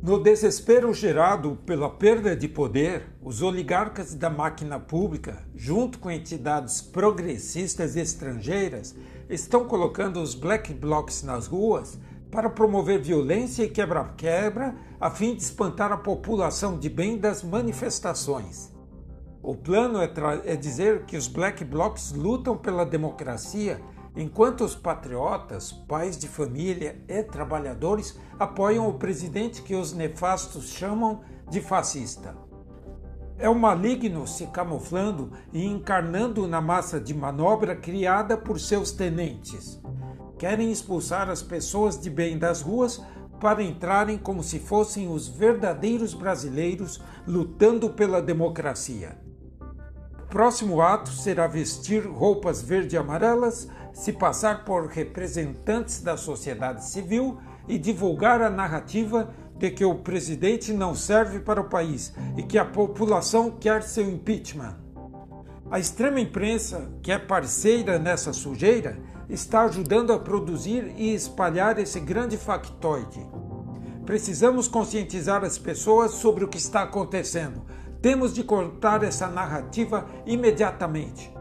No desespero gerado pela perda de poder, os oligarcas da máquina pública, junto com entidades progressistas estrangeiras, estão colocando os black blocs nas ruas para promover violência e quebra-quebra a fim de espantar a população de bem das manifestações. O plano é dizer que os black blocs lutam pela democracia, enquanto os patriotas, pais de família e trabalhadores apoiam o presidente que os nefastos chamam de fascista. É o maligno se camuflando e encarnando na massa de manobra criada por seus tenentes. Querem expulsar as pessoas de bem das ruas para entrarem como se fossem os verdadeiros brasileiros lutando pela democracia. O próximo ato será vestir roupas verde e amarelas, se passar por representantes da sociedade civil e divulgar a narrativa de que o presidente não serve para o país e que a população quer seu impeachment. A extrema imprensa, que é parceira nessa sujeira, está ajudando a produzir e espalhar esse grande factoide. Precisamos conscientizar as pessoas sobre o que está acontecendo. Temos de cortar essa narrativa imediatamente.